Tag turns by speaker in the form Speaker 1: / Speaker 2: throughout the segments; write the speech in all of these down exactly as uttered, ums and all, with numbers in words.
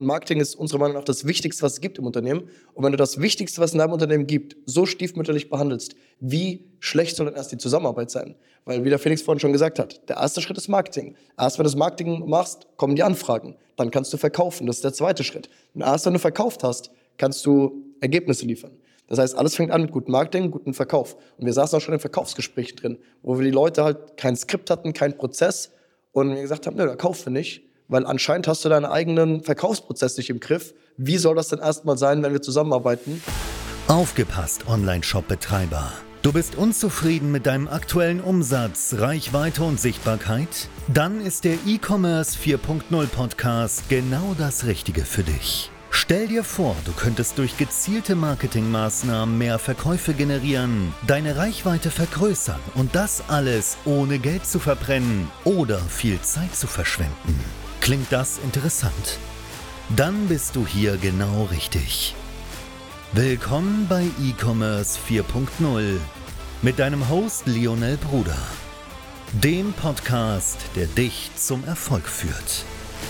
Speaker 1: Marketing ist unserer Meinung nach das Wichtigste, was es gibt im Unternehmen. Und wenn du das Wichtigste, was es in deinem Unternehmen gibt, so stiefmütterlich behandelst, wie schlecht soll dann erst die Zusammenarbeit sein? Weil, wie der Felix vorhin schon gesagt hat, der erste Schritt ist Marketing. Erst wenn du das Marketing machst, kommen die Anfragen. Dann kannst du verkaufen. Das ist der zweite Schritt. Und erst wenn du verkauft hast, kannst du Ergebnisse liefern. Das heißt, alles fängt an mit gutem Marketing, gutem Verkauf. Und wir saßen auch schon in Verkaufsgesprächen drin, wo wir die Leute halt kein Skript hatten, keinen Prozess. Und wir gesagt haben, nö, da kaufen wir nicht. Weil anscheinend hast du deinen eigenen Verkaufsprozess nicht im Griff. Wie soll das denn erstmal sein, wenn wir zusammenarbeiten?
Speaker 2: Aufgepasst, Online-Shop-Betreiber. Du bist unzufrieden mit deinem aktuellen Umsatz, Reichweite und Sichtbarkeit? Dann ist der E-Commerce vier Punkt null Podcast genau das Richtige für dich. Stell dir vor, du könntest durch gezielte Marketingmaßnahmen mehr Verkäufe generieren, deine Reichweite vergrößern und das alles ohne Geld zu verbrennen oder viel Zeit zu verschwenden. Klingt das interessant? Dann bist du hier genau richtig. Willkommen bei E-Commerce vier Punkt null mit deinem Host Lionel Bruder, dem Podcast, der dich zum Erfolg führt.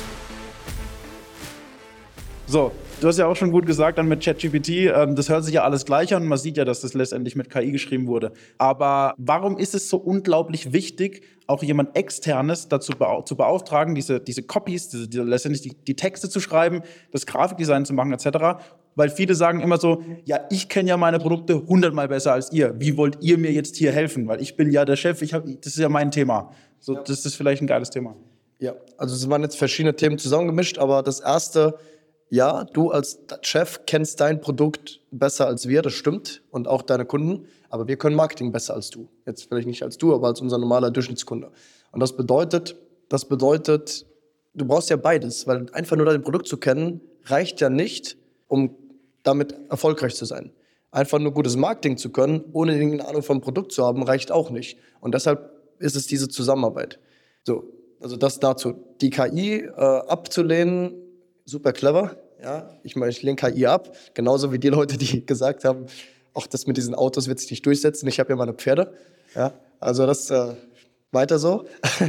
Speaker 3: So, du hast ja auch schon gut gesagt, dann mit ChatGPT, ähm, das hört sich ja alles gleich an. Man sieht ja, dass das letztendlich mit K I geschrieben wurde. Aber warum ist es so unglaublich wichtig, auch jemand Externes dazu beauf- zu beauftragen, diese, diese Copies, diese, diese, letztendlich die, die Texte zu schreiben, das Grafikdesign zu machen et cetera? Weil viele sagen immer so, ja, ich kenne ja meine Produkte hundertmal besser als ihr. Wie wollt ihr mir jetzt hier helfen? Weil ich bin ja der Chef, ich hab, das ist ja mein Thema. So, ja. Das ist vielleicht ein geiles Thema.
Speaker 1: Ja, also es waren jetzt verschiedene Themen zusammengemischt, aber das erste, ja, du als Chef kennst dein Produkt besser als wir, das stimmt, und auch deine Kunden, aber wir können Marketing besser als du. Jetzt vielleicht nicht als du, aber als unser normaler Durchschnittskunde. Und das bedeutet, das bedeutet, du brauchst ja beides, weil einfach nur dein Produkt zu kennen, reicht ja nicht, um damit erfolgreich zu sein. Einfach nur gutes Marketing zu können, ohne irgendeine Ahnung vom Produkt zu haben, reicht auch nicht. Und deshalb ist es diese Zusammenarbeit. So, also das dazu. Die K I äh, abzulehnen, super clever, ja. Ich meine, ich lehne K I ab, genauso wie die Leute, die gesagt haben, auch das mit diesen Autos wird sich nicht durchsetzen. Ich habe ja meine Pferde, ja. Also das äh, weiter so.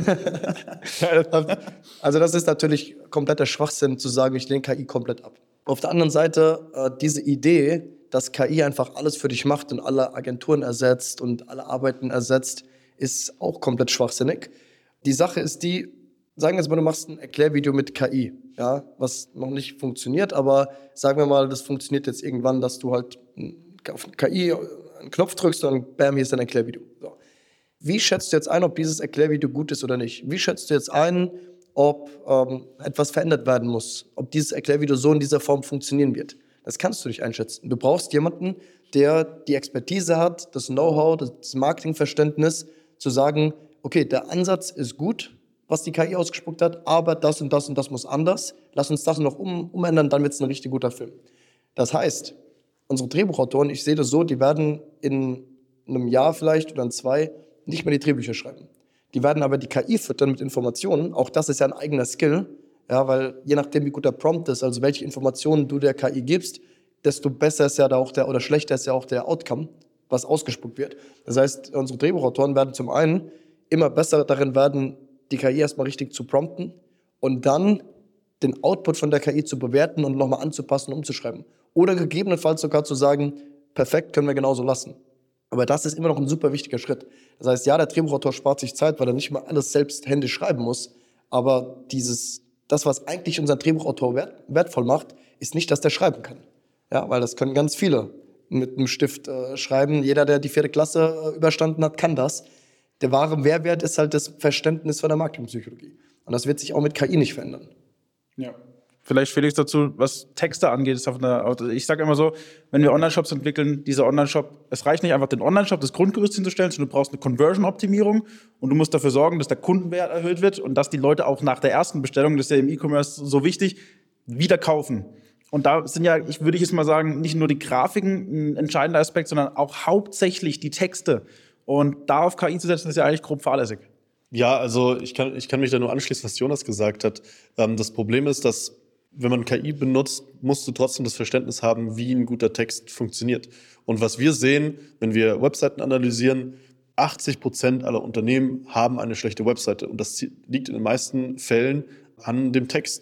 Speaker 1: Also das ist natürlich kompletter Schwachsinn zu sagen, ich lehne K I komplett ab. Auf der anderen Seite äh, diese Idee, dass K I einfach alles für dich macht und alle Agenturen ersetzt und alle Arbeiten ersetzt, ist auch komplett schwachsinnig. Die Sache ist die, sagen wir jetzt mal, du machst ein Erklärvideo mit K I, ja, was noch nicht funktioniert, aber sagen wir mal, das funktioniert jetzt irgendwann, dass du halt auf K I einen Knopf drückst und dann bam, hier ist dein Erklärvideo. So. Wie schätzt du jetzt ein, ob dieses Erklärvideo gut ist oder nicht? Wie schätzt du jetzt ein, ob ähm, etwas verändert werden muss, ob dieses Erklärvideo so in dieser Form funktionieren wird? Das kannst du nicht einschätzen. Du brauchst jemanden, der die Expertise hat, das Know-how, das Marketingverständnis, zu sagen, okay, der Ansatz ist gut, was die K I ausgespuckt hat, aber das und das und das muss anders. Lass uns das noch um, umändern, dann wird es ein richtig guter Film. Das heißt, unsere Drehbuchautoren, ich sehe das so, die werden in einem Jahr vielleicht oder in zwei nicht mehr die Drehbücher schreiben. Die werden aber die K I füttern mit Informationen. Auch das ist ja ein eigener Skill, ja, weil je nachdem, wie gut der Prompt ist, also welche Informationen du der K I gibst, desto besser ist ja da auch der, oder schlechter ist ja auch der Outcome, was ausgespuckt wird. Das heißt, unsere Drehbuchautoren werden zum einen immer besser darin werden, die K I erstmal richtig zu prompten und dann den Output von der K I zu bewerten und nochmal anzupassen, umzuschreiben. Oder gegebenenfalls sogar zu sagen, perfekt, können wir genauso lassen. Aber das ist immer noch ein super wichtiger Schritt. Das heißt, ja, der Drehbuchautor spart sich Zeit, weil er nicht mal alles selbst händisch schreiben muss. Aber dieses, das, was eigentlich unseren Drehbuchautor wert, wertvoll macht, ist nicht, dass der schreiben kann. Ja, weil das können ganz viele mit einem Stift äh, schreiben. Jeder, der die vierte Klasse äh, überstanden hat, kann das. Der wahre Mehrwert ist halt das Verständnis von der Marketingpsychologie. Und das wird sich auch mit K I nicht verändern.
Speaker 3: Ja. Vielleicht Felix dazu, was Texte angeht. Ist auf einer, ich sage immer so, wenn wir Online-Shops entwickeln, dieser Online-Shop, es reicht nicht einfach, den Online-Shop, das Grundgerüst hinzustellen, sondern du brauchst eine Conversion-Optimierung und du musst dafür sorgen, dass der Kundenwert erhöht wird und dass die Leute auch nach der ersten Bestellung, das ist ja im E-Commerce so wichtig, wieder kaufen. Und da sind ja, ich würde jetzt mal sagen, nicht nur die Grafiken ein entscheidender Aspekt, sondern auch hauptsächlich die Texte. Und da auf K I zu setzen, ist ja eigentlich grob fahrlässig.
Speaker 4: Ja, also ich kann, ich kann mich da nur anschließen, was Jonas gesagt hat. Ähm, das Problem ist, dass wenn man K I benutzt, musst du trotzdem das Verständnis haben, wie ein guter Text funktioniert. Und was wir sehen, wenn wir Webseiten analysieren, achtzig Prozent aller Unternehmen haben eine schlechte Webseite. Und das liegt in den meisten Fällen an dem Text.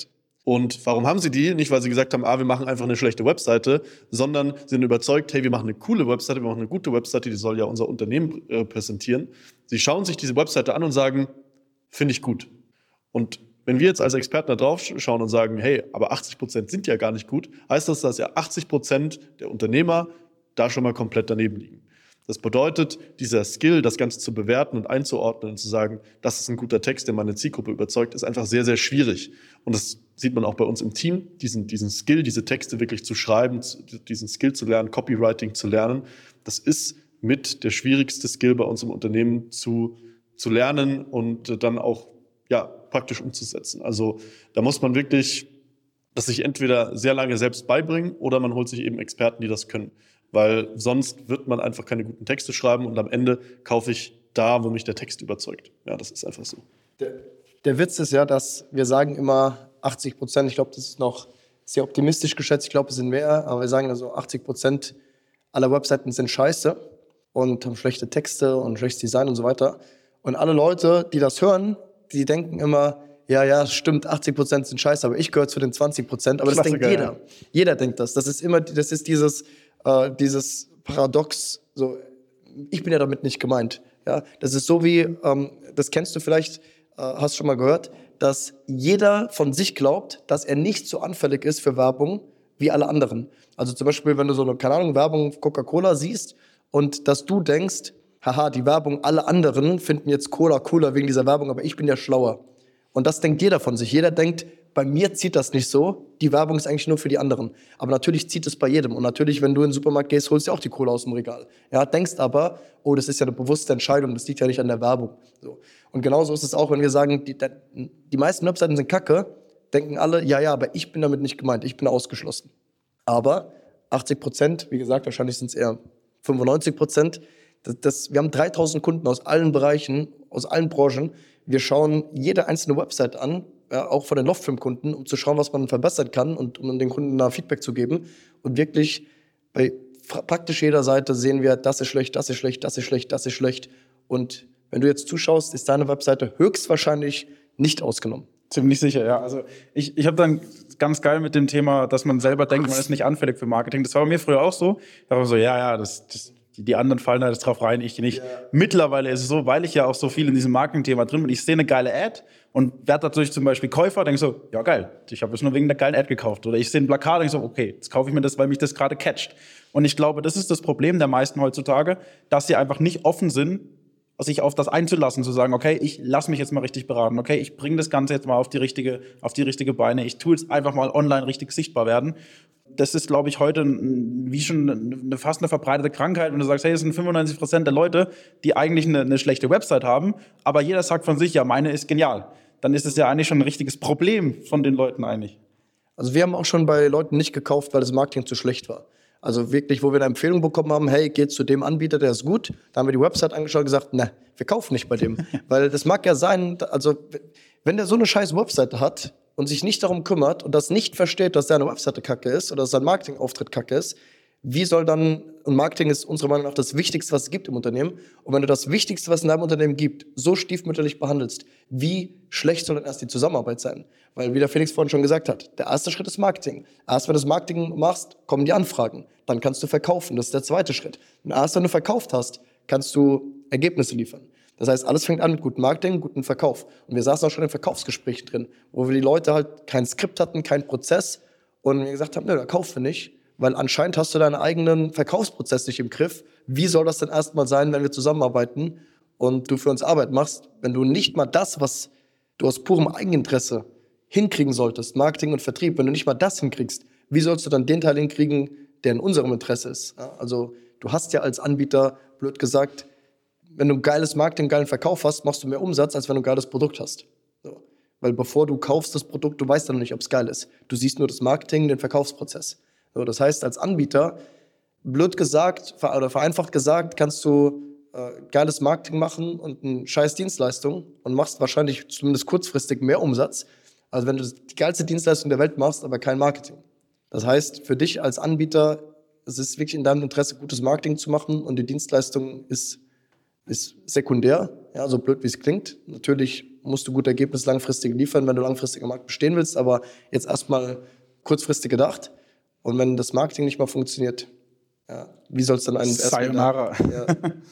Speaker 4: Und warum haben sie die? Nicht, weil sie gesagt haben, ah, wir machen einfach eine schlechte Webseite, sondern sie sind überzeugt, hey, wir machen eine coole Webseite, wir machen eine gute Webseite, die soll ja unser Unternehmen äh, präsentieren. Sie schauen sich diese Webseite an und sagen, finde ich gut. Und wenn wir jetzt als Experten da drauf schauen und sagen, hey, aber achtzig Prozent sind ja gar nicht gut, heißt das, dass ja achtzig Prozent der Unternehmer da schon mal komplett daneben liegen. Das bedeutet, dieser Skill, das Ganze zu bewerten und einzuordnen und zu sagen, das ist ein guter Text, der meine Zielgruppe überzeugt, ist einfach sehr, sehr schwierig. Und das sieht man auch bei uns im Team, diesen, diesen Skill, diese Texte wirklich zu schreiben, diesen Skill zu lernen, Copywriting zu lernen. Das ist mit der schwierigste Skill bei uns im Unternehmen zu, zu lernen und dann auch ja, praktisch umzusetzen. Also da muss man wirklich das sich entweder sehr lange selbst beibringen oder man holt sich eben Experten, die das können. Weil sonst wird man einfach keine guten Texte schreiben und am Ende kaufe ich da, wo mich der Text überzeugt. Ja, das ist einfach so.
Speaker 1: Der, der Witz ist ja, dass wir sagen immer achtzig Prozent, ich glaube, das ist noch sehr optimistisch geschätzt, ich glaube, es sind mehr, aber wir sagen also achtzig Prozent aller Webseiten sind scheiße und haben schlechte Texte und schlechtes Design und so weiter. Und alle Leute, die das hören, die denken immer, ja, ja, stimmt, achtzig Prozent sind scheiße, aber ich gehöre zu den zwanzig Prozent. Aber das
Speaker 4: Klassiker,
Speaker 1: denkt jeder.
Speaker 4: ja.
Speaker 1: Jeder denkt das. Das ist immer, das ist dieses, äh, dieses Paradox. So, ich bin ja damit nicht gemeint. Ja, das ist so wie, ähm, das kennst du vielleicht, äh, hast schon mal gehört, dass jeder von sich glaubt, dass er nicht so anfällig ist für Werbung wie alle anderen. Also zum Beispiel, wenn du so eine, keine Ahnung, Werbung Coca-Cola siehst und dass du denkst, haha, die Werbung, alle anderen finden jetzt Cola cooler wegen dieser Werbung, aber ich bin ja schlauer. Und das denkt jeder von sich. Jeder denkt, bei mir zieht das nicht so, die Werbung ist eigentlich nur für die anderen. Aber natürlich zieht es bei jedem. Und natürlich, wenn du in den Supermarkt gehst, holst du auch die Cola aus dem Regal. Ja, denkst aber, oh, das ist ja eine bewusste Entscheidung, das liegt ja nicht an der Werbung. So. Und genauso ist es auch, wenn wir sagen, die, die meisten Webseiten sind kacke, denken alle, ja, ja, aber ich bin damit nicht gemeint, ich bin ausgeschlossen. Aber achtzig Prozent, wie gesagt, wahrscheinlich sind es eher fünfundneunzig Prozent, das, das, wir haben dreitausend Kunden aus allen Bereichen, aus allen Branchen. Wir schauen jede einzelne Website an, ja, auch von den Loftfilm-Kunden, um zu schauen, was man verbessern kann und um den Kunden da Feedback zu geben. Und wirklich bei praktisch jeder Seite sehen wir, das ist schlecht, das ist schlecht, das ist schlecht, das ist schlecht. Und wenn du jetzt zuschaust, ist deine Webseite höchstwahrscheinlich nicht ausgenommen.
Speaker 3: Ziemlich sicher, ja. Also ich, ich habe dann ganz geil mit dem Thema, dass man selber denkt, man ist nicht anfällig für Marketing. Das war bei mir früher auch so. Da war so, ja, ja, das, das die anderen fallen da jetzt drauf rein, ich nicht. Yeah. Mittlerweile ist es so, weil ich ja auch so viel in diesem Marketing-Thema drin bin, ich sehe eine geile Ad und werde dadurch zum Beispiel Käufer, denke so, ja geil, ich habe es nur wegen der geilen Ad gekauft. Oder ich sehe ein Plakat, denke so, okay, jetzt kaufe ich mir das, weil mich das gerade catcht. Und ich glaube, das ist das Problem der meisten heutzutage, dass sie einfach nicht offen sind, sich auf das einzulassen, zu sagen, okay, ich lasse mich jetzt mal richtig beraten, okay, ich bringe das Ganze jetzt mal auf die richtige, auf die richtige Beine, ich tue es einfach mal online richtig sichtbar werden. Das ist, glaube ich, heute wie schon eine, fast eine verbreitete Krankheit. Wenn du sagst, hey, es sind fünfundneunzig Prozent der Leute, die eigentlich eine, eine schlechte Website haben, aber jeder sagt von sich, ja, meine ist genial. Dann ist es ja eigentlich schon ein richtiges Problem von den Leuten eigentlich.
Speaker 1: Also wir haben auch schon bei Leuten nicht gekauft, weil das Marketing zu schlecht war. Also wirklich, wo wir eine Empfehlung bekommen haben, hey, geht zu dem Anbieter, der ist gut. Da haben wir die Website angeschaut und gesagt, ne, wir kaufen nicht bei dem. Weil das mag ja sein, also wenn der so eine scheiß Website hat und sich nicht darum kümmert und das nicht versteht, dass seine Webseite kacke ist oder dass sein Marketingauftritt kacke ist, wie soll dann, und Marketing ist unserer Meinung nach das Wichtigste, was es gibt im Unternehmen, und wenn du das Wichtigste, was in deinem Unternehmen gibt, so stiefmütterlich behandelst, wie schlecht soll dann erst die Zusammenarbeit sein? Weil, wie der Felix vorhin schon gesagt hat, der erste Schritt ist Marketing. Erst wenn du das Marketing machst, kommen die Anfragen. Dann kannst du verkaufen, das ist der zweite Schritt. Und erst wenn du verkauft hast, kannst du Ergebnisse liefern. Das heißt, alles fängt an mit gutem Marketing, gutem Verkauf. Und wir saßen auch schon in Verkaufsgesprächen drin, wo wir die Leute halt kein Skript hatten, keinen Prozess und wir gesagt haben, nö, da kaufen wir nicht, weil anscheinend hast du deinen eigenen Verkaufsprozess nicht im Griff. Wie soll das denn erstmal sein, wenn wir zusammenarbeiten und du für uns Arbeit machst, wenn du nicht mal das, was du aus purem Eigeninteresse hinkriegen solltest, Marketing und Vertrieb, wenn du nicht mal das hinkriegst, wie sollst du dann den Teil hinkriegen, der in unserem Interesse ist? Ja, also du hast ja als Anbieter, blöd gesagt, wenn du ein geiles Marketing, einen geilen Verkauf hast, machst du mehr Umsatz, als wenn du ein geiles Produkt hast. So. Weil bevor du kaufst das Produkt, du weißt dann noch nicht, ob es geil ist. Du siehst nur das Marketing, den Verkaufsprozess. So, das heißt, als Anbieter, blöd gesagt oder vereinfacht gesagt, kannst du äh, geiles Marketing machen und eine scheiß Dienstleistung und machst wahrscheinlich zumindest kurzfristig mehr Umsatz, als wenn du die geilste Dienstleistung der Welt machst, aber kein Marketing. Das heißt, für dich als Anbieter, es ist wirklich in deinem Interesse, gutes Marketing zu machen und die Dienstleistung ist ist sekundär, ja, so blöd wie es klingt. Natürlich musst du gute Ergebnisse langfristig liefern, wenn du langfristig am Markt bestehen willst, aber jetzt erstmal kurzfristig gedacht. Und wenn das Marketing nicht mal funktioniert, ja, wie soll es dann einen
Speaker 3: Sayonara.
Speaker 1: Ja.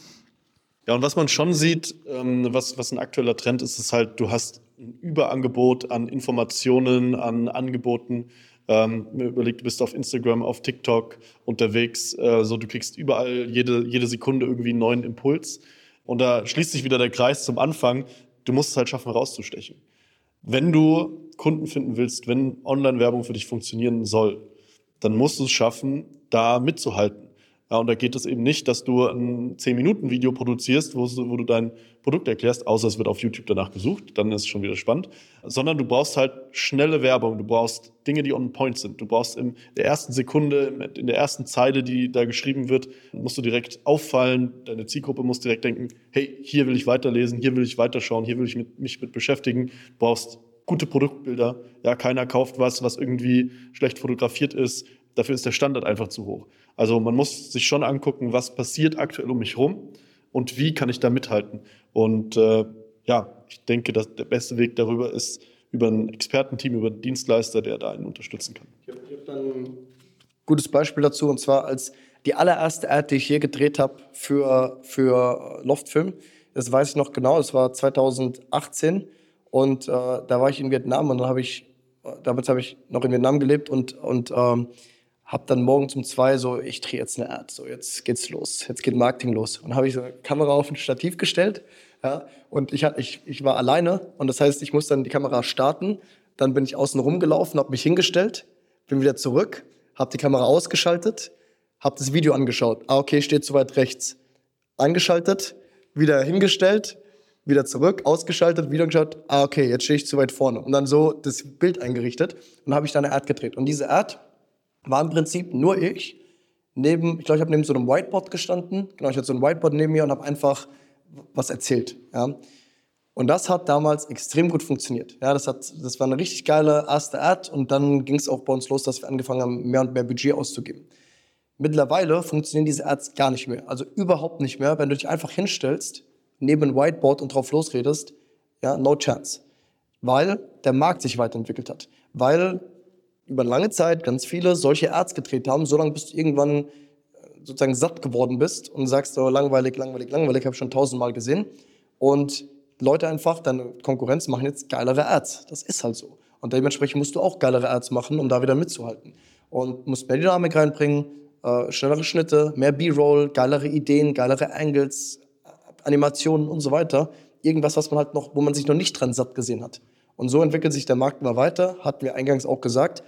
Speaker 4: Ja, und was man schon sieht, ähm, was, was ein aktueller Trend ist, ist halt, du hast ein Überangebot an Informationen, an Angeboten. Ähm, überleg, du bist auf Instagram, auf TikTok unterwegs, äh, so du kriegst überall jede, jede Sekunde irgendwie einen neuen Impuls. Und da schließt sich wieder der Kreis zum Anfang. Du musst es halt schaffen, rauszustechen. Wenn du Kunden finden willst, wenn Online-Werbung für dich funktionieren soll, dann musst du es schaffen, da mitzuhalten. Ja, und da geht es eben nicht, dass du ein zehn Minuten Video produzierst, wo, wo du dein Produkt erklärst, außer es wird auf YouTube danach gesucht, dann ist es schon wieder spannend, sondern du brauchst halt schnelle Werbung, du brauchst Dinge, die on point sind. Du brauchst in der ersten Sekunde, in der ersten Zeile, die da geschrieben wird, musst du direkt auffallen, deine Zielgruppe muss direkt denken, hey, hier will ich weiterlesen, hier will ich weiterschauen, hier will ich mit, mich mit beschäftigen. Du brauchst gute Produktbilder, ja, keiner kauft was, was irgendwie schlecht fotografiert ist. Dafür ist der Standard einfach zu hoch. Also man muss sich schon angucken, was passiert aktuell um mich herum und wie kann ich da mithalten. Und äh, ja, ich denke, dass der beste Weg darüber ist, über ein Expertenteam, über einen Dienstleister, der da einen unterstützen kann.
Speaker 1: Ich habe hab dann ein gutes Beispiel dazu, und zwar als die allererste Ad, die ich je gedreht habe für, für Loftfilm. Das weiß ich noch genau, das war zweitausendachtzehn und äh, da war ich in Vietnam und dann habe ich, damals habe ich noch in Vietnam gelebt und, und ähm, habe dann morgens um zwei so, ich drehe jetzt eine Ad, so jetzt geht's los, jetzt geht Marketing los. Und habe ich so eine Kamera auf ein Stativ gestellt, ja, und ich, ich, ich war alleine und das heißt, ich musste dann die Kamera starten, dann bin ich außen rumgelaufen, habe mich hingestellt, bin wieder zurück, habe die Kamera ausgeschaltet, habe das Video angeschaut, ah okay, steht zu weit rechts, angeschaltet, wieder hingestellt, wieder zurück, ausgeschaltet, wieder geschaut, ah okay, jetzt stehe ich zu weit vorne und dann so das Bild eingerichtet und habe ich dann eine Ad gedreht. Und diese Ad war im Prinzip nur ich, neben, ich glaube, ich habe neben so einem Whiteboard gestanden, genau, ich hatte so ein Whiteboard neben mir und habe einfach was erzählt, ja. Und das hat damals extrem gut funktioniert, ja, das hat, das war eine richtig geile erste Ad und dann ging es auch bei uns los, dass wir angefangen haben, mehr und mehr Budget auszugeben. Mittlerweile funktionieren diese Ads gar nicht mehr, also überhaupt nicht mehr, wenn du dich einfach hinstellst, neben ein Whiteboard und drauf losredest, ja, no chance, weil der Markt sich weiterentwickelt hat, weil über lange Zeit ganz viele solche Ads gedreht haben, so lange bis du irgendwann sozusagen satt geworden bist und sagst, oh, langweilig, langweilig, langweilig, habe ich schon tausendmal gesehen. Und Leute einfach, deine Konkurrenz machen jetzt geilere Ads. Das ist halt so. Und dementsprechend musst du auch geilere Ads machen, um da wieder mitzuhalten. Und musst mehr Dynamik reinbringen, äh, schnellere Schnitte, mehr B-Roll, geilere Ideen, geilere Angles, Animationen und so weiter. Irgendwas, was man halt noch, wo man sich noch nicht dran satt gesehen hat. Und so entwickelt sich der Markt immer weiter, hatten wir eingangs auch gesagt.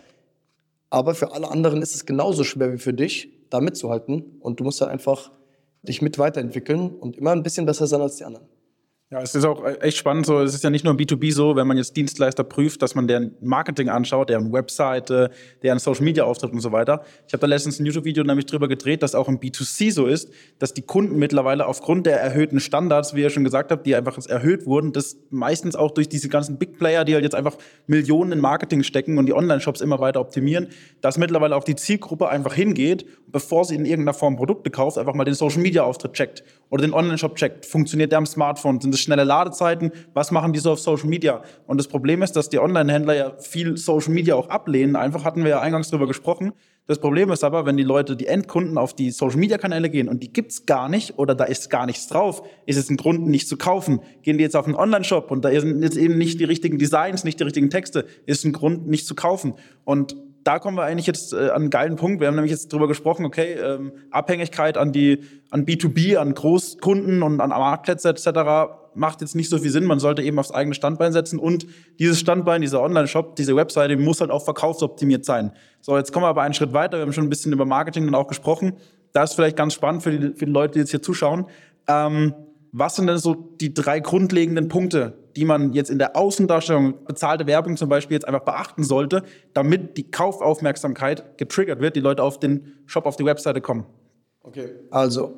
Speaker 1: Aber für alle anderen ist es genauso schwer wie für dich, da mitzuhalten. Und du musst halt einfach dich mit weiterentwickeln und immer ein bisschen besser sein als die anderen.
Speaker 3: Ja, es ist auch echt spannend. So, es ist ja nicht nur im B zwei B so, wenn man jetzt Dienstleister prüft, dass man deren Marketing anschaut, deren Webseite, deren Social Media Auftritt und so weiter. Ich habe da letztens ein YouTube-Video nämlich drüber gedreht, dass auch im B zwei C so ist, dass die Kunden mittlerweile aufgrund der erhöhten Standards, wie ihr schon gesagt habt, die einfach jetzt erhöht wurden, das meistens auch durch diese ganzen Big Player, die halt jetzt einfach Millionen in Marketing stecken und die Online-Shops immer weiter optimieren, dass mittlerweile auch die Zielgruppe einfach hingeht, bevor sie in irgendeiner Form Produkte kauft, einfach mal den Social Media Auftritt checkt oder den Online-Shop checkt. Funktioniert der am Smartphone? Sind es schnelle Ladezeiten? Was machen die so auf Social Media? Und das Problem ist, dass die Online-Händler ja viel Social Media auch ablehnen. Einfach hatten wir ja eingangs drüber gesprochen. Das Problem ist aber, wenn die Leute, die Endkunden auf die Social-Media-Kanäle gehen und die gibt's gar nicht oder da ist gar nichts drauf, ist es ein Grund, nicht zu kaufen. Gehen die jetzt auf einen Online-Shop und da sind jetzt eben nicht die richtigen Designs, nicht die richtigen Texte, ist ein Grund, nicht zu kaufen. Und da kommen wir eigentlich jetzt äh, an einen geilen Punkt. Wir haben nämlich jetzt drüber gesprochen, okay, ähm, Abhängigkeit an die an B zwei B, an Großkunden und an Marktplätze et cetera macht jetzt nicht so viel Sinn. Man sollte eben aufs eigene Standbein setzen und dieses Standbein, dieser Online-Shop, diese Webseite muss halt auch verkaufsoptimiert sein. So, jetzt kommen wir aber einen Schritt weiter. Wir haben schon ein bisschen über Marketing dann auch gesprochen. Das ist vielleicht ganz spannend für die, für die Leute, die jetzt hier zuschauen. Ähm, was sind denn so die drei grundlegenden Punkte, die man jetzt in der Außendarstellung, bezahlte Werbung zum Beispiel, jetzt einfach beachten sollte, damit die Kaufaufmerksamkeit getriggert wird, die Leute auf den Shop, auf die Webseite kommen?
Speaker 1: Okay, also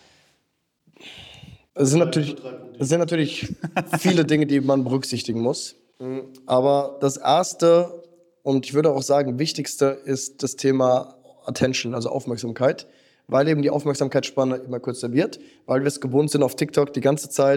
Speaker 1: es sind natürlich, es sind natürlich viele Dinge, die man berücksichtigen muss. Aber das Erste und ich würde auch sagen, wichtigste ist das Thema Attention, also Aufmerksamkeit. Weil eben die Aufmerksamkeitsspanne immer kürzer wird, weil wir es gewohnt sind, auf TikTok die ganze Zeit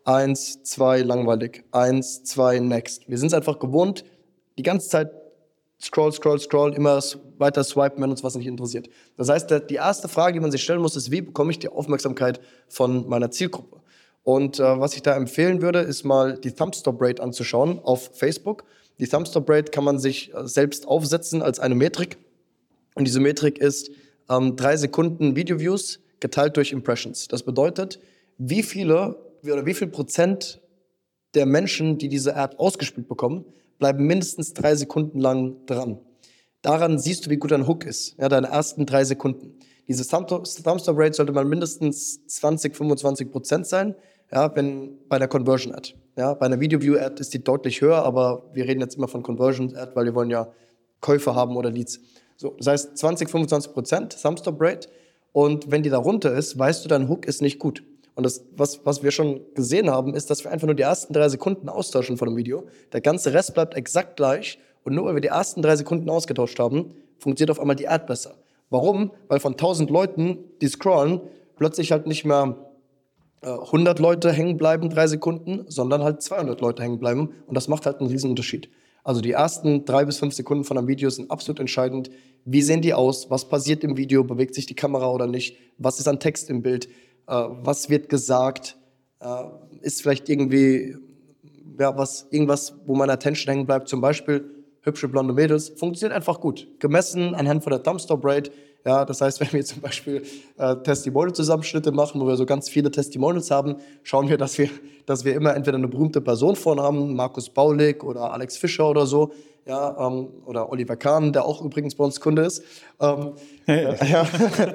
Speaker 1: Eins, zwei, langweilig. Eins, zwei, next. Wir sind es einfach gewohnt, die ganze Zeit scroll, scroll, scroll, immer weiter swipen, wenn uns was nicht interessiert. Das heißt, die erste Frage, die man sich stellen muss, ist, wie bekomme ich die Aufmerksamkeit von meiner Zielgruppe? Und äh, was ich da empfehlen würde, ist mal die Thumbstop-Rate anzuschauen auf Facebook. Die Thumbstop-Rate kann man sich äh, selbst aufsetzen als eine Metrik. Und diese Metrik ist ähm, drei Sekunden Video-Views geteilt durch Impressions. Das bedeutet, wie viele oder wie viel Prozent der Menschen, die diese Ad ausgespielt bekommen, bleiben mindestens drei Sekunden lang dran. Daran siehst du, wie gut dein Hook ist, ja, deine ersten drei Sekunden. Diese Thumbstop-Rate sollte mal mindestens zwanzig, fünfundzwanzig Prozent sein, ja, wenn bei einer Conversion-Ad. Ja, bei einer Video-View-Ad ist die deutlich höher, aber wir reden jetzt immer von Conversion-Ad, weil wir wollen ja Käufer haben oder Leads. So, das heißt zwanzig, fünfundzwanzig Prozent Thumbstop-Rate, und wenn die da runter ist, weißt du, dein Hook ist nicht gut. Und das, was, was wir schon gesehen haben, ist, dass wir einfach nur die ersten drei Sekunden austauschen von dem Video. Der ganze Rest bleibt exakt gleich. Und nur weil wir die ersten drei Sekunden ausgetauscht haben, funktioniert auf einmal die Ad besser. Warum? Weil von tausend Leuten, die scrollen, plötzlich halt nicht mehr äh, hundert Leute hängen bleiben, drei Sekunden, sondern halt zweihundert Leute hängen bleiben. Und das macht halt einen riesen Unterschied. Also die ersten drei bis fünf Sekunden von einem Video sind absolut entscheidend. Wie sehen die aus? Was passiert im Video? Bewegt sich die Kamera oder nicht? Was ist an Text im Bild? Uh, was wird gesagt, uh, ist vielleicht irgendwie ja, was, irgendwas, wo meine Attention hängen bleibt, zum Beispiel hübsche blonde Mädels, funktioniert einfach gut. Gemessen anhand von der Thumbstop-Rate, ja, das heißt, wenn wir zum Beispiel uh, Testimonial-Zusammenschnitte machen, wo wir so ganz viele Testimonials haben, schauen wir, dass wir, dass wir immer entweder eine berühmte Person vorne haben, Markus Baulig oder Alex Fischer oder so, ja, um, oder Oliver Kahn, der auch übrigens bei uns Kunde ist. Um, hey. ja.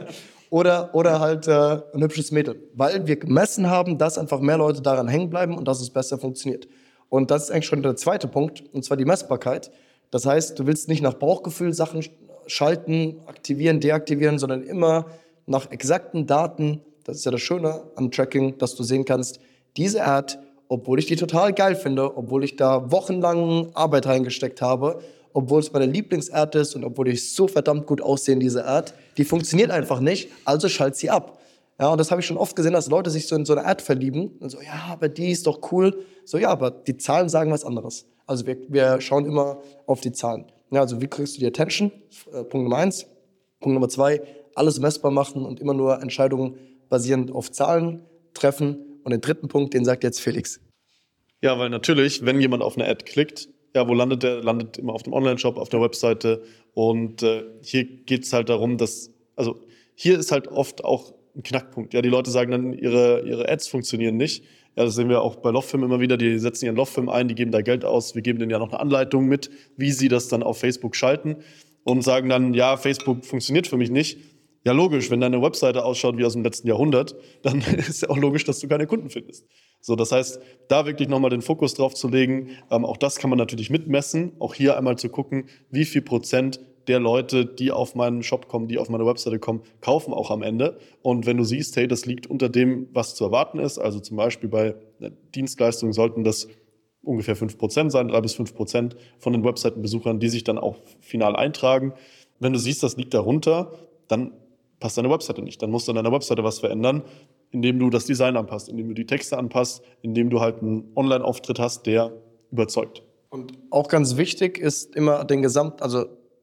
Speaker 1: Oder, oder halt äh, ein hübsches Mädel. Weil wir gemessen haben, dass einfach mehr Leute daran hängen bleiben und dass es besser funktioniert. Und das ist eigentlich schon der zweite Punkt, und zwar die Messbarkeit. Das heißt, du willst nicht nach Bauchgefühl Sachen schalten, aktivieren, deaktivieren, sondern immer nach exakten Daten. Das ist ja das Schöne am Tracking, dass du sehen kannst, diese Ad, obwohl ich die total geil finde, obwohl ich da wochenlang Arbeit reingesteckt habe, obwohl es meine Lieblings-Ad ist und obwohl ich so verdammt gut aussehe in dieser Ad, die funktioniert einfach nicht, also schalt sie ab. Ja, und das habe ich schon oft gesehen, dass Leute sich so in so eine Ad verlieben und so, ja, aber die ist doch cool. So, ja, aber die Zahlen sagen was anderes. Also wir, wir schauen immer auf die Zahlen. Ja, also wie kriegst du die Attention? Äh, Punkt Nummer eins. Punkt Nummer zwei, alles messbar machen und immer nur Entscheidungen basierend auf Zahlen treffen. Und den dritten Punkt, den sagt jetzt Felix.
Speaker 4: Ja, weil natürlich, wenn jemand auf eine Ad klickt, ja, wo landet der? Landet immer auf dem Online-Shop, auf der Webseite. Und äh, hier geht es halt darum, dass, also hier ist halt oft auch ein Knackpunkt. Ja, die Leute sagen dann, ihre, ihre Ads funktionieren nicht. Ja, das sehen wir auch bei Loftfilm immer wieder. Die setzen ihren Loftfilm ein, die geben da Geld aus. Wir geben denen ja noch eine Anleitung mit, wie sie das dann auf Facebook schalten. Und sagen dann, ja, Facebook funktioniert für mich nicht. Ja, logisch, wenn deine Webseite ausschaut wie aus dem letzten Jahrhundert, dann ist ja auch logisch, dass du keine Kunden findest. So, das heißt, da wirklich nochmal den Fokus drauf zu legen, ähm, auch das kann man natürlich mitmessen, auch hier einmal zu gucken, wie viel Prozent der Leute, die auf meinen Shop kommen, die auf meine Webseite kommen, kaufen auch am Ende. Und wenn du siehst, hey, das liegt unter dem, was zu erwarten ist, also zum Beispiel bei Dienstleistungen sollten das ungefähr fünf Prozent sein, drei bis fünf Prozent von den Webseitenbesuchern, die sich dann auch final eintragen. Wenn du siehst, das liegt darunter, dann passt deine Webseite nicht. Dann musst du an deiner Webseite was verändern, indem du das Design anpasst, indem du die Texte anpasst, indem du halt einen Online-Auftritt hast, der überzeugt.
Speaker 1: Und auch ganz wichtig ist immer den Gesamt, also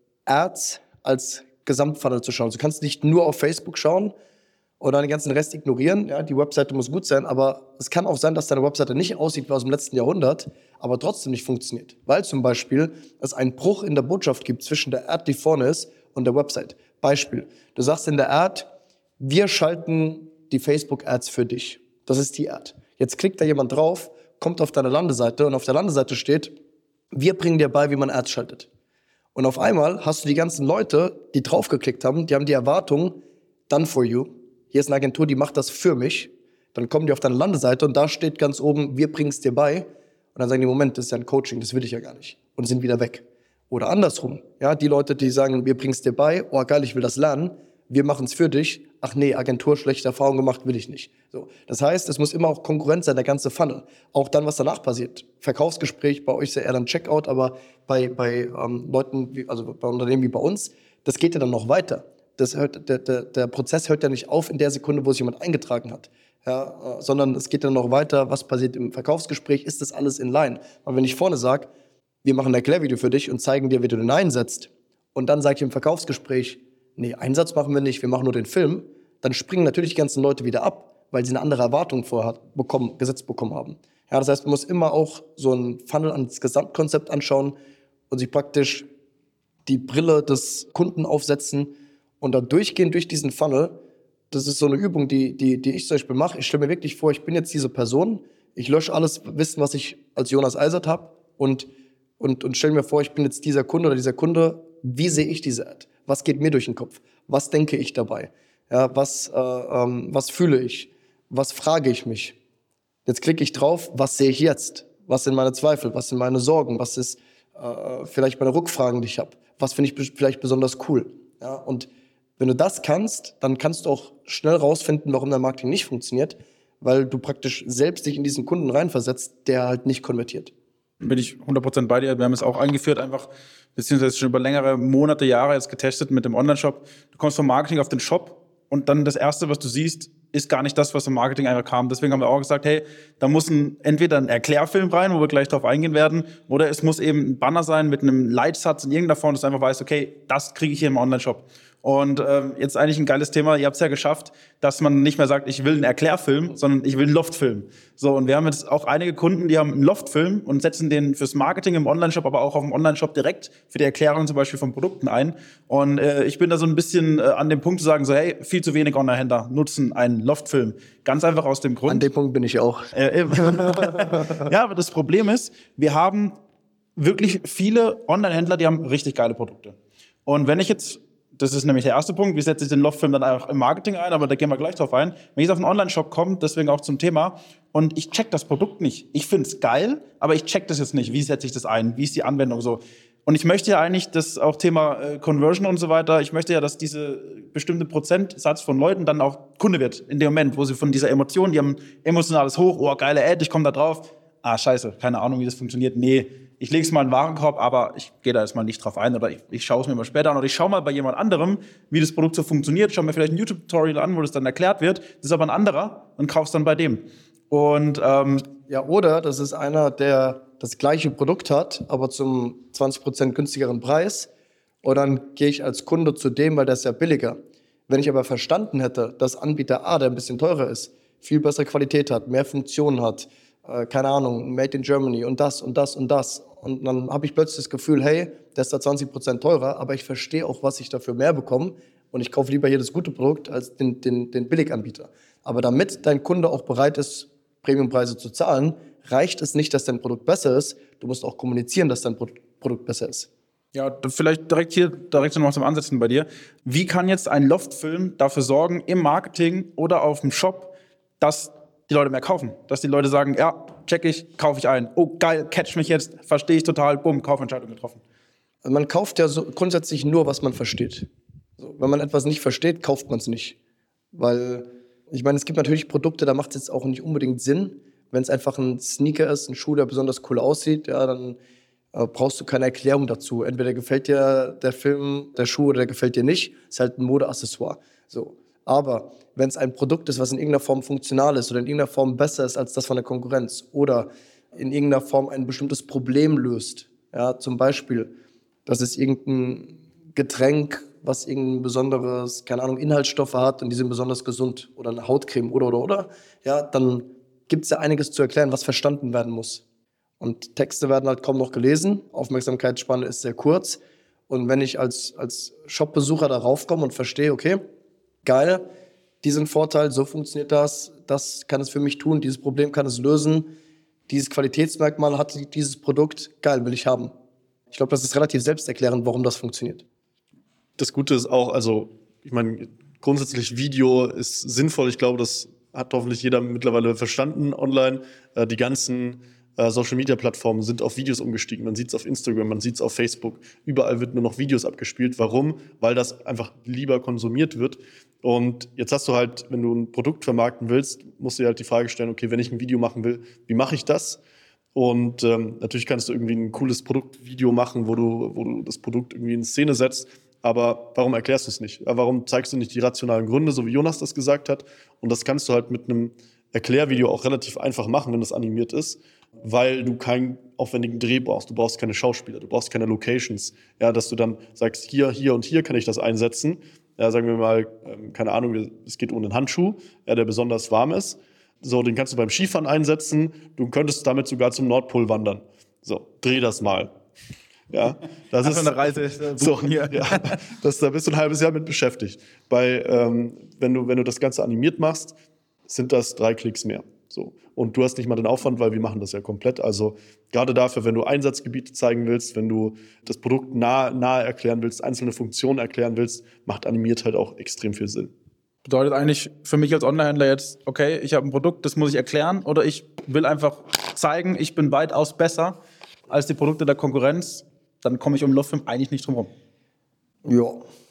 Speaker 1: Ads als Gesamtfunnel zu schauen. Du kannst nicht nur auf Facebook schauen oder den ganzen Rest ignorieren. Ja, die Webseite muss gut sein, aber es kann auch sein, dass deine Webseite nicht aussieht wie aus dem letzten Jahrhundert, aber trotzdem nicht funktioniert. Weil zum Beispiel es einen Bruch in der Botschaft gibt zwischen der Ad, die vorne ist, und der Website. Beispiel, du sagst in der Ad, wir schalten die Facebook-Ads für dich. Das ist die Ad. Jetzt klickt da jemand drauf, kommt auf deine Landeseite und auf der Landeseite steht, wir bringen dir bei, wie man Ads schaltet. Und auf einmal hast du die ganzen Leute, die draufgeklickt haben, die haben die Erwartung, done for you. Hier ist eine Agentur, die macht das für mich. Dann kommen die auf deine Landeseite und da steht ganz oben, wir bringen es dir bei. Und dann sagen die, Moment, das ist ja ein Coaching, das will ich ja gar nicht. Und sind wieder weg. Oder andersrum, ja, die Leute, die sagen, wir bringen es dir bei, oh geil, ich will das lernen, wir machen es für dich, ach nee, Agentur, schlechte Erfahrung gemacht, will ich nicht. So, das heißt, es muss immer auch Konkurrenz sein, der ganze Funnel. Auch dann, was danach passiert. Verkaufsgespräch, bei euch ist ja eher dann Checkout, aber bei, bei ähm, Leuten, wie, also bei Unternehmen wie bei uns, das geht ja dann noch weiter. Das hört, der, der, der Prozess hört ja nicht auf in der Sekunde, wo sich jemand eingetragen hat. Ja, äh, sondern es geht dann noch weiter, was passiert im Verkaufsgespräch, ist das alles in line? Weil wenn ich vorne sage, wir machen ein Erklärvideo für dich und zeigen dir, wie du den einsetzt, und dann sage ich im Verkaufsgespräch, nee, Einsatz machen wir nicht, wir machen nur den Film, dann springen natürlich die ganzen Leute wieder ab, weil sie eine andere Erwartung vorher bekommen, gesetzt bekommen haben. Ja, das heißt, man muss immer auch so ein Funnel ans Gesamtkonzept anschauen und sich praktisch die Brille des Kunden aufsetzen und dann durchgehen durch diesen Funnel. Das ist so eine Übung, die, die, die ich zum Beispiel mache. Ich stelle mir wirklich vor, ich bin jetzt diese Person, ich lösche alles Wissen, was ich als Jonas Eisert habe und, und, und stelle mir vor, ich bin jetzt dieser Kunde oder dieser Kunde. Wie sehe ich diese Ad? Was geht mir durch den Kopf? Was denke ich dabei? Ja, was, äh, ähm, was fühle ich? Was frage ich mich? Jetzt klicke ich drauf, was sehe ich jetzt? Was sind meine Zweifel? Was sind meine Sorgen? Was ist äh, vielleicht meine Rückfragen, die ich habe? Was finde ich be- vielleicht besonders cool? Ja, und wenn du das kannst, dann kannst du auch schnell rausfinden, warum dein Marketing nicht funktioniert, weil du praktisch selbst dich in diesen Kunden reinversetzt, der halt nicht konvertiert.
Speaker 3: Bin ich hundert Prozent bei dir. Wir haben es auch eingeführt, einfach, beziehungsweise schon über längere Monate, Jahre jetzt getestet mit dem Online-Shop. Du kommst vom Marketing auf den Shop und dann das Erste, was du siehst, ist gar nicht das, was im Marketing einfach kam. Deswegen haben wir auch gesagt, hey, da muss ein, entweder ein Erklärfilm rein, wo wir gleich drauf eingehen werden, oder es muss eben ein Banner sein mit einem Leitsatz in irgendeiner Form, dass du einfach weißt, okay, das kriege ich hier im Online-Shop. Und ähm, jetzt eigentlich ein geiles Thema, ihr habt es ja geschafft, dass man nicht mehr sagt, ich will einen Erklärfilm, sondern ich will einen Loftfilm. So, und wir haben jetzt auch einige Kunden, die haben einen Loftfilm und setzen den fürs Marketing im Onlineshop, aber auch auf dem Onlineshop direkt für die Erklärung zum Beispiel von Produkten ein. Und äh, ich bin da so ein bisschen äh, an dem Punkt zu sagen, so hey, viel zu wenig Online-Händler nutzen einen Loftfilm. Ganz einfach aus dem Grund.
Speaker 1: An dem Punkt bin ich auch.
Speaker 3: Äh, äh, ja, aber das Problem ist, wir haben wirklich viele Online-Händler, die haben richtig geile Produkte. Und wenn ich jetzt Das ist nämlich der erste Punkt. Wie setze ich den Loftfilm dann einfach im Marketing ein? Aber da gehen wir gleich drauf ein. Wenn ich auf einen Online-Shop komme, deswegen auch zum Thema, und ich check das Produkt nicht. Ich finde es geil, aber ich check das jetzt nicht. Wie setze ich das ein? Wie ist die Anwendung so? Und ich möchte ja eigentlich, das auch Thema äh, Conversion und so weiter, ich möchte ja, dass diese bestimmte Prozentsatz von Leuten dann auch Kunde wird. In dem Moment, wo sie von dieser Emotion, die haben emotionales Hoch, oh, geile Ad, ich komme da drauf. Ah, scheiße, keine Ahnung, wie das funktioniert. Nee, ich lege es mal in den Warenkorb, aber ich gehe da jetzt mal nicht drauf ein oder ich, ich schaue es mir mal später an oder ich schaue mal bei jemand anderem, wie das Produkt so funktioniert, schaue mir vielleicht ein YouTube-Tutorial an, wo das dann erklärt wird. Das ist aber ein anderer und kauf's dann bei dem. Und ähm,
Speaker 1: ja, oder das ist einer, der das gleiche Produkt hat, aber zum zwanzig Prozent günstigeren Preis. Und dann gehe ich als Kunde zu dem, weil der ist ja billiger. Wenn ich aber verstanden hätte, dass Anbieter A, der ein bisschen teurer ist, viel bessere Qualität hat, mehr Funktionen hat, keine Ahnung, Made in Germany und das und das und das. Und dann habe ich plötzlich das Gefühl, hey, der ist da zwanzig Prozent teurer, aber ich verstehe auch, was ich dafür mehr bekomme und ich kaufe lieber jedes gute Produkt als den, den, den Billiganbieter. Aber damit dein Kunde auch bereit ist, Premiumpreise zu zahlen, reicht es nicht, dass dein Produkt besser ist. Du musst auch kommunizieren, dass dein Pro- Produkt besser ist.
Speaker 3: ja, vielleicht direkt hier, direkt noch zum Ansetzen bei dir. Wie kann jetzt ein Loftfilm dafür sorgen, im Marketing oder auf dem Shop, dass die Leute mehr kaufen? Dass die Leute sagen, ja, check ich, kaufe ich ein. Oh, geil, catch mich jetzt, verstehe ich total, bumm, Kaufentscheidung getroffen.
Speaker 1: Also man kauft ja so grundsätzlich nur, was man versteht. So, wenn man etwas nicht versteht, kauft man es nicht. Weil, ich meine, es gibt natürlich Produkte, da macht es jetzt auch nicht unbedingt Sinn. Wenn es einfach ein Sneaker ist, ein Schuh, der besonders cool aussieht, ja, dann äh, brauchst du keine Erklärung dazu. Entweder gefällt dir der Film, der Schuh, oder der gefällt dir nicht. Ist halt ein Modeaccessoire. So. Aber wenn es ein Produkt ist, was in irgendeiner Form funktional ist oder in irgendeiner Form besser ist als das von der Konkurrenz oder in irgendeiner Form ein bestimmtes Problem löst, ja, zum Beispiel, dass es irgendein Getränk, was irgendein besonderes, keine Ahnung, Inhaltsstoffe hat und die sind besonders gesund oder eine Hautcreme oder, oder, oder, ja, dann gibt es ja einiges zu erklären, was verstanden werden muss. Und Texte werden halt kaum noch gelesen, Aufmerksamkeitsspanne ist sehr kurz. Und wenn ich als, als Shop-Besucher darauf komme und verstehe, okay, geil, diesen Vorteil, so funktioniert das, das kann es für mich tun, dieses Problem kann es lösen, dieses Qualitätsmerkmal hat dieses Produkt, geil, will ich haben. Ich glaube, das ist relativ selbsterklärend, warum das funktioniert.
Speaker 4: Das Gute ist auch, also ich meine, grundsätzlich Video ist sinnvoll. Ich glaube, das hat hoffentlich jeder mittlerweile verstanden online. Äh, die ganzen äh, Social-Media-Plattformen sind auf Videos umgestiegen. Man sieht es auf Instagram, man sieht es auf Facebook. Überall wird nur noch Videos abgespielt. Warum? Weil das einfach lieber konsumiert wird. Und jetzt hast du halt, wenn du ein Produkt vermarkten willst, musst du dir halt die Frage stellen, okay, wenn ich ein Video machen will, wie mache ich das? Und ähm, natürlich kannst du irgendwie ein cooles Produktvideo machen, wo du, wo du das Produkt irgendwie in Szene setzt. Aber warum erklärst du es nicht? Warum zeigst du nicht die rationalen Gründe, so wie Jonas das gesagt hat? Und das kannst du halt mit einem Erklärvideo auch relativ einfach machen, wenn das animiert ist, weil du keinen aufwendigen Dreh brauchst. Du brauchst keine Schauspieler, du brauchst keine Locations. Ja, dass du dann sagst, hier, hier und hier kann ich das einsetzen. Ja, sagen wir mal, ähm, keine Ahnung, es geht ohne einen Handschuh, ja, der besonders warm ist. So, den kannst du beim Skifahren einsetzen. Du könntest damit sogar zum Nordpol wandern. So, dreh das mal. Ja, das
Speaker 3: Einfach
Speaker 4: ist
Speaker 3: eine Reise äh,
Speaker 4: so
Speaker 3: hier.
Speaker 4: Ja, das, da bist du ein halbes Jahr mit beschäftigt. Bei, ähm, wenn du, wenn du das Ganze animiert machst, sind das drei Klicks mehr. So. Und du hast nicht mal den Aufwand, weil wir machen das ja komplett. Also gerade dafür, wenn du Einsatzgebiete zeigen willst, wenn du das Produkt nah, nahe erklären willst, einzelne Funktionen erklären willst, macht animiert halt auch extrem viel Sinn.
Speaker 3: Bedeutet eigentlich für mich als Onlinehändler jetzt, okay, ich habe ein Produkt, das muss ich erklären, oder ich will einfach zeigen, ich bin weitaus besser als die Produkte der Konkurrenz, dann komme ich um Love Film eigentlich nicht drum rum.
Speaker 1: Ja.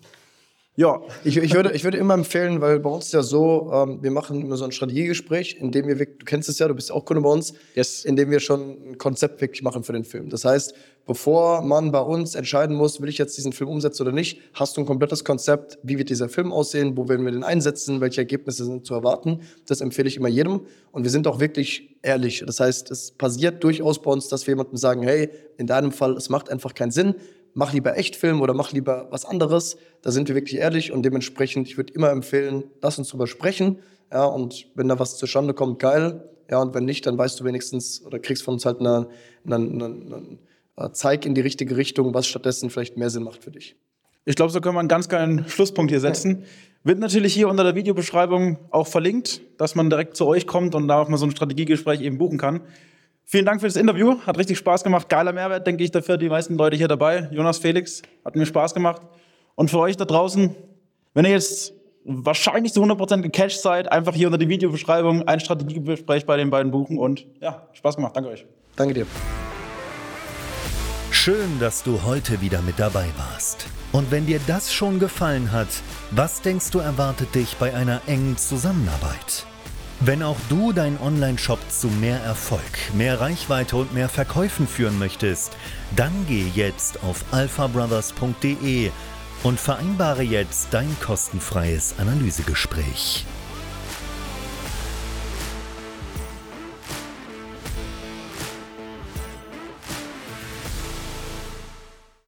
Speaker 3: Ja.
Speaker 1: Ich, ich, würde, ich würde immer empfehlen, weil bei uns ist ja so, ähm, wir machen immer so ein Strategiegespräch, in dem wir, wirklich, du kennst es ja, du bist ja auch Kunde bei uns,
Speaker 3: Yes.
Speaker 1: in dem wir schon ein Konzept wirklich machen für den Film. Das heißt, bevor man bei uns entscheiden muss, will ich jetzt diesen Film umsetzen oder nicht, hast du ein komplettes Konzept, wie wird dieser Film aussehen, wo werden wir den einsetzen, welche Ergebnisse sind zu erwarten. Das empfehle ich immer jedem. Und wir sind auch wirklich ehrlich. Das heißt, es passiert durchaus bei uns, dass wir jemandem sagen, hey, in deinem Fall, es macht einfach keinen Sinn, mach lieber Echtfilm oder mach lieber was anderes. Da sind wir wirklich ehrlich und dementsprechend, ich würde immer empfehlen, lass uns drüber sprechen. Ja, und wenn da was zustande kommt, geil. Ja, und wenn nicht, dann weißt du wenigstens oder kriegst von uns halt einen eine, eine, eine Zeig in die richtige Richtung, was stattdessen vielleicht mehr Sinn macht für dich.
Speaker 3: Ich glaube, so können wir einen ganz geilen Schlusspunkt hier setzen. Wird natürlich hier unter der Videobeschreibung auch verlinkt, dass man direkt zu euch kommt und da auch mal so ein Strategiegespräch eben buchen kann. Vielen Dank für das Interview, hat richtig Spaß gemacht. Geiler Mehrwert, denke ich, dafür die meisten Leute hier dabei. Jonas, Felix, hat mir Spaß gemacht. Und für euch da draußen, wenn ihr jetzt wahrscheinlich zu hundert Prozent gecasht seid, einfach hier unter die Videobeschreibung ein Strategiegespräch bei den beiden buchen und ja, Spaß gemacht. Danke euch.
Speaker 1: Danke dir.
Speaker 2: Schön, dass du heute wieder mit dabei warst. Und wenn dir das schon gefallen hat, was denkst du erwartet dich bei einer engen Zusammenarbeit? Wenn auch du deinen Online-Shop zu mehr Erfolg, mehr Reichweite und mehr Verkäufen führen möchtest, dann geh jetzt auf alpha brothers punkt de und vereinbare jetzt dein kostenfreies Analysegespräch.